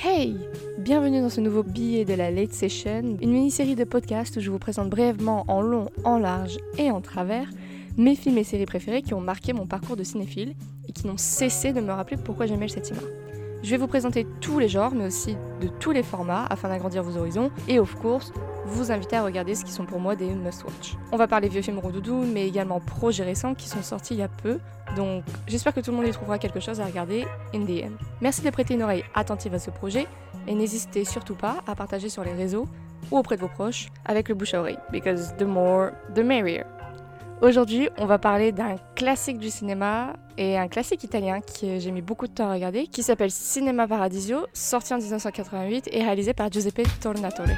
Hey! Bienvenue dans ce nouveau billet de la Late Session, une mini-série de podcasts où je vous présente brièvement en long, en large et en travers mes films et séries préférés qui ont marqué mon parcours de cinéphile et qui n'ont cessé de me rappeler pourquoi j'aimais le 7e art. Je vais vous présenter tous les genres, mais aussi de tous les formats afin d'agrandir vos horizons et, of course, vous inviter à regarder ce qui sont pour moi des must-watch. On va parler vieux films rondoudous, mais également projets récents qui sont sortis il y a peu, donc j'espère que tout le monde y trouvera quelque chose à regarder in the end. Merci de prêter une oreille attentive à ce projet, et n'hésitez surtout pas à partager sur les réseaux ou auprès de vos proches avec le bouche à oreille, because the more, the merrier. Aujourd'hui, on va parler d'un classique du cinéma et un classique italien que j'ai mis beaucoup de temps à regarder, qui s'appelle Cinema Paradiso, sorti en 1988 et réalisé par Giuseppe Tornatore.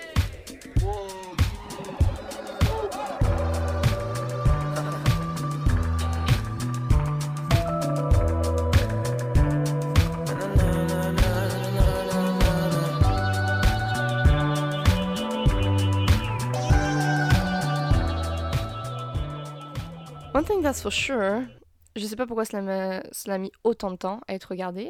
One thing that's for sure, je sais pas pourquoi cela a mis autant de temps à être regardé.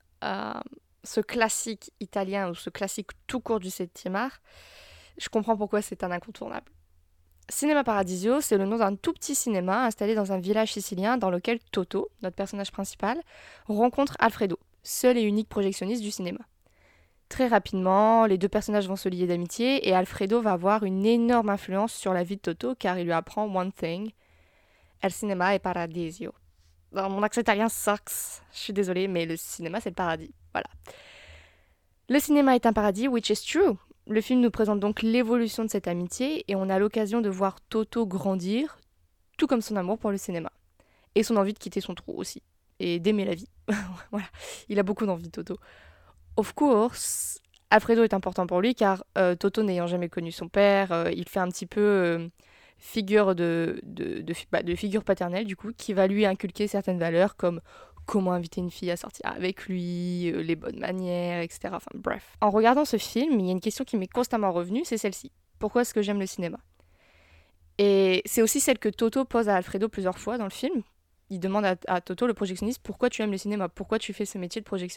Ce classique italien ou ce classique tout court du 7e art, je comprends pourquoi c'est un incontournable. Cinema Paradiso, c'est le nom d'un tout petit cinéma installé dans un village sicilien dans lequel Toto, notre personnage principal, rencontre Alfredo, seul et unique projectionniste du cinéma. Très rapidement, les deux personnages vont se lier d'amitié et Alfredo va avoir une énorme influence sur la vie de Toto car il lui apprend one thing: El cinema è paradiso. Alors, mon accent italien sucks, je suis désolée, mais le cinéma c'est le paradis, voilà. Le cinéma est un paradis, which is true. Le film nous présente donc l'évolution de cette amitié et on a l'occasion de voir Toto grandir, tout comme son amour pour le cinéma. Et son envie de quitter son trou aussi, et d'aimer la vie. Voilà, il a beaucoup d'envie, Toto. Of course, Alfredo est important pour lui car Toto n'ayant jamais connu son père, il fait un petit peu figure de figure paternelle du coup, qui va lui inculquer certaines valeurs comme comment inviter une fille à sortir avec lui, les bonnes manières, etc. Enfin bref. En regardant ce film, il y a une question qui m'est constamment revenue, c'est celle-ci. Pourquoi est-ce que j'aime le cinéma ? Et c'est aussi celle que Toto pose à Alfredo plusieurs fois dans le film. Il demande à Toto, le projectionniste, pourquoi tu aimes le cinéma ? Pourquoi tu fais ce métier de projectionniste ?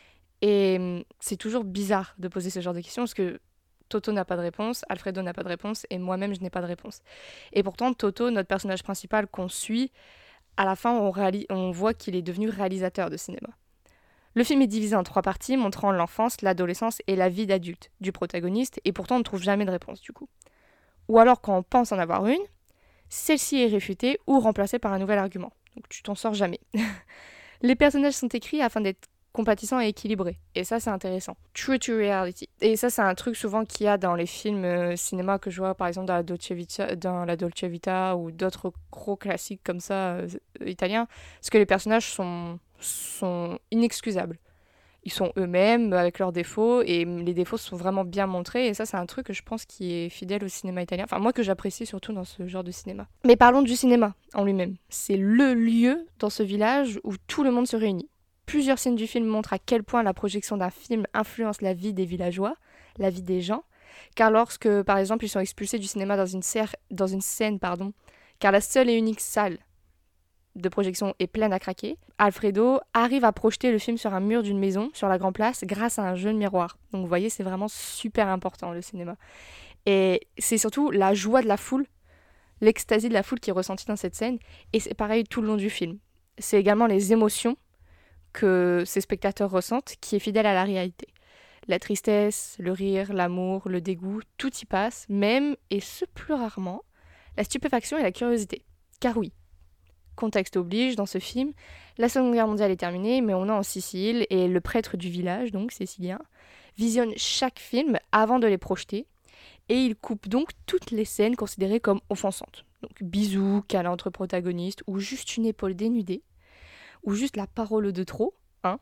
Et c'est toujours bizarre de poser ce genre de questions parce que Toto n'a pas de réponse, Alfredo n'a pas de réponse et moi-même je n'ai pas de réponse. Et pourtant Toto, notre personnage principal qu'on suit, à la fin on voit qu'il est devenu réalisateur de cinéma. Le film est divisé en 3 parties montrant l'enfance, l'adolescence et la vie d'adulte du protagoniste et pourtant on ne trouve jamais de réponse du coup. Ou alors quand on pense en avoir une, celle-ci est réfutée ou remplacée par un nouvel argument. Donc tu t'en sors jamais. Les personnages sont écrits afin d'être compatissant et équilibré. Et ça, c'est intéressant. True to reality. Et ça, c'est un truc souvent qu'il y a dans les films cinéma que je vois, par exemple, dans la Dolce Vita ou d'autres gros classiques comme ça, italiens, parce que les personnages sont inexcusables. Ils sont eux-mêmes, avec leurs défauts, et les défauts sont vraiment bien montrés, et ça, c'est un truc que je pense qui est fidèle au cinéma italien. Enfin, moi, que j'apprécie surtout dans ce genre de cinéma. Mais parlons du cinéma en lui-même. C'est le lieu dans ce village où tout le monde se réunit. Plusieurs scènes du film montrent à quel point la projection d'un film influence la vie des villageois, la vie des gens, car lorsque, par exemple, ils sont expulsés du cinéma dans une scène, car la seule et unique salle de projection est pleine à craquer, Alfredo arrive à projeter le film sur un mur d'une maison, sur la grande place, grâce à un jeu de miroir. Donc vous voyez, c'est vraiment super important, le cinéma. Et c'est surtout la joie de la foule, l'extasie de la foule qui est ressentie dans cette scène, et c'est pareil tout le long du film. C'est également les émotions que ces spectateurs ressentent, qui est fidèle à la réalité. La tristesse, le rire, l'amour, le dégoût, tout y passe, même, et ce plus rarement, la stupéfaction et la curiosité. Car oui, contexte oblige, dans ce film, la Seconde Guerre mondiale est terminée, mais on est en Sicile, et le prêtre du village, donc sicilien, visionne chaque film avant de les projeter, et il coupe donc toutes les scènes considérées comme offensantes. Donc bisous, câlins entre protagonistes, ou juste une épaule dénudée, ou juste la parole de trop, hein.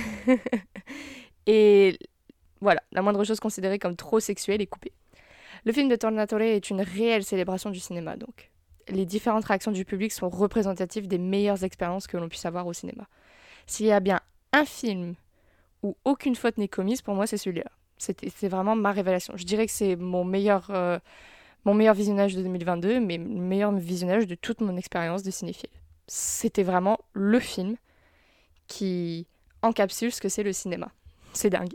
Et voilà, la moindre chose considérée comme trop sexuelle est coupée. Le film de Tornatore est une réelle célébration du cinéma, donc. Les différentes réactions du public sont représentatives des meilleures expériences que l'on puisse avoir au cinéma. S'il y a bien un film où aucune faute n'est commise, pour moi, c'est celui-là. C'est vraiment ma révélation. Je dirais que c'est mon meilleur visionnage de 2022, mais le meilleur visionnage de toute mon expérience de cinéphile. C'était vraiment le film qui encapsule ce que c'est le cinéma. C'est dingue.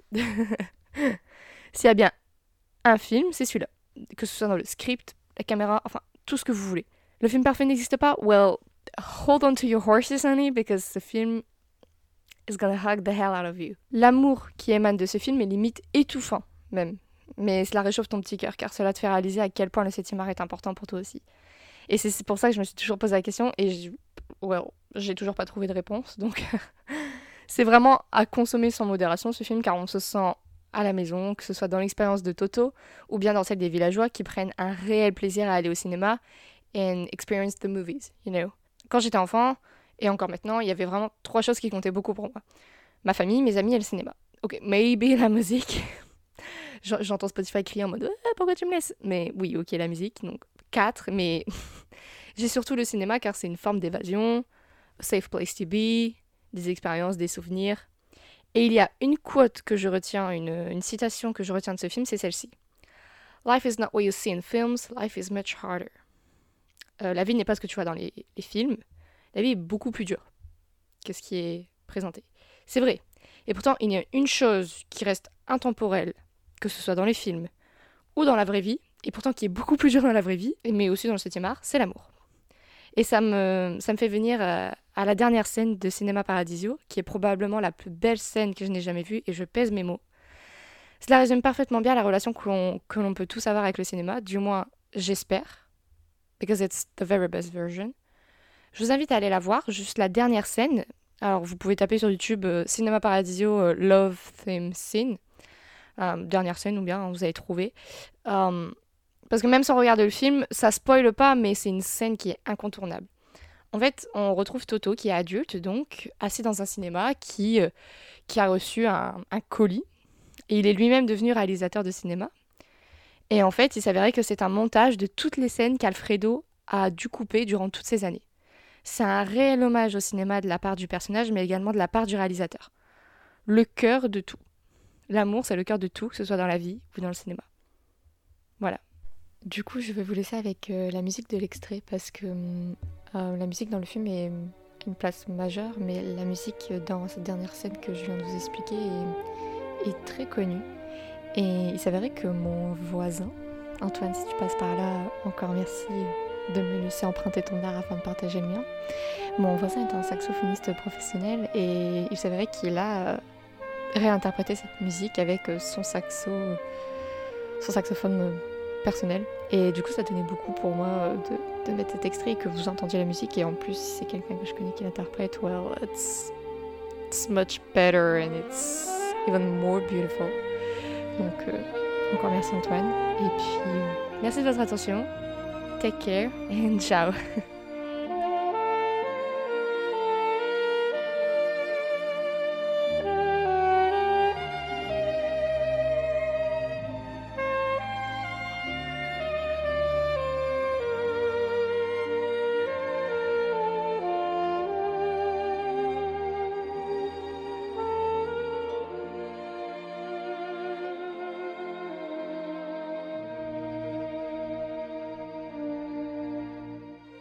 S'il y a bien un film, c'est celui-là. Que ce soit dans le script, la caméra, enfin, tout ce que vous voulez. Le film parfait n'existe pas? Well, hold on to your horses, honey, because the film is gonna hug the hell out of you. L'amour qui émane de ce film est limite étouffant, même. Mais cela réchauffe ton petit cœur, car cela te fait réaliser à quel point le 7e art est important pour toi aussi. Et c'est pour ça que je me suis toujours posé la question, et j'ai toujours pas trouvé de réponse, donc c'est vraiment à consommer sans modération ce film, car on se sent à la maison, que ce soit dans l'expérience de Toto, ou bien dans celle des villageois qui prennent un réel plaisir à aller au cinéma and experience the movies, you know. Quand j'étais enfant, et encore maintenant, il y avait vraiment 3 choses qui comptaient beaucoup pour moi. Ma famille, mes amis et le cinéma. Ok, maybe la musique. J'entends Spotify crier en mode pourquoi tu me laisses? Mais oui, ok, la musique, donc 4, mais j'ai surtout le cinéma car c'est une forme d'évasion, a safe place to be, des expériences, des souvenirs. Et il y a une quote que je retiens, une citation que je retiens de ce film, c'est celle-ci. Life is not what you see in films, life is much harder. La vie n'est pas ce que tu vois dans les films, la vie est beaucoup plus dure que ce qui est présenté. C'est vrai. Et pourtant, il y a une chose qui reste intemporelle, que ce soit dans les films ou dans la vraie vie, et pourtant qui est beaucoup plus dure dans la vraie vie, mais aussi dans le 7e art, c'est l'amour. Et ça me fait venir à la dernière scène de Cinéma Paradiso, qui est probablement la plus belle scène que je n'ai jamais vue, et je pèse mes mots. Cela résume parfaitement bien la relation que l'on peut tous avoir avec le cinéma, du moins j'espère, because it's the very best version. Je vous invite à aller la voir, juste la dernière scène. Alors vous pouvez taper sur YouTube Cinéma Paradiso Love Theme Scene, dernière scène ou bien vous allez trouver. Parce que même sans regarder le film, ça spoile pas, mais c'est une scène qui est incontournable. En fait, on retrouve Toto, qui est adulte, donc, assis dans un cinéma, qui a reçu un colis. Et il est lui-même devenu réalisateur de cinéma. Et en fait, il s'avérait que c'est un montage de toutes les scènes qu'Alfredo a dû couper durant toutes ces années. C'est un réel hommage au cinéma de la part du personnage, mais également de la part du réalisateur. Le cœur de tout. L'amour, c'est le cœur de tout, que ce soit dans la vie ou dans le cinéma. Voilà. Du coup, je vais vous laisser avec la musique de l'extrait parce que la musique dans le film est une place majeure, mais la musique dans cette dernière scène que je viens de vous expliquer est très connue. Et il s'avérait que mon voisin, Antoine, si tu passes par là, encore merci de me laisser emprunter ton art afin de partager le mien. Mon voisin est un saxophoniste professionnel et il s'avérait qu'il a réinterprété cette musique avec son saxophone personnel. Et du coup, ça tenait beaucoup pour moi de mettre cet extrait et que vous entendiez la musique. Et en plus, si c'est quelqu'un que je connais qui l'interprète, well, it's much better and it's even more beautiful. Donc, encore merci Antoine. Et puis, merci de votre attention. Take care and ciao.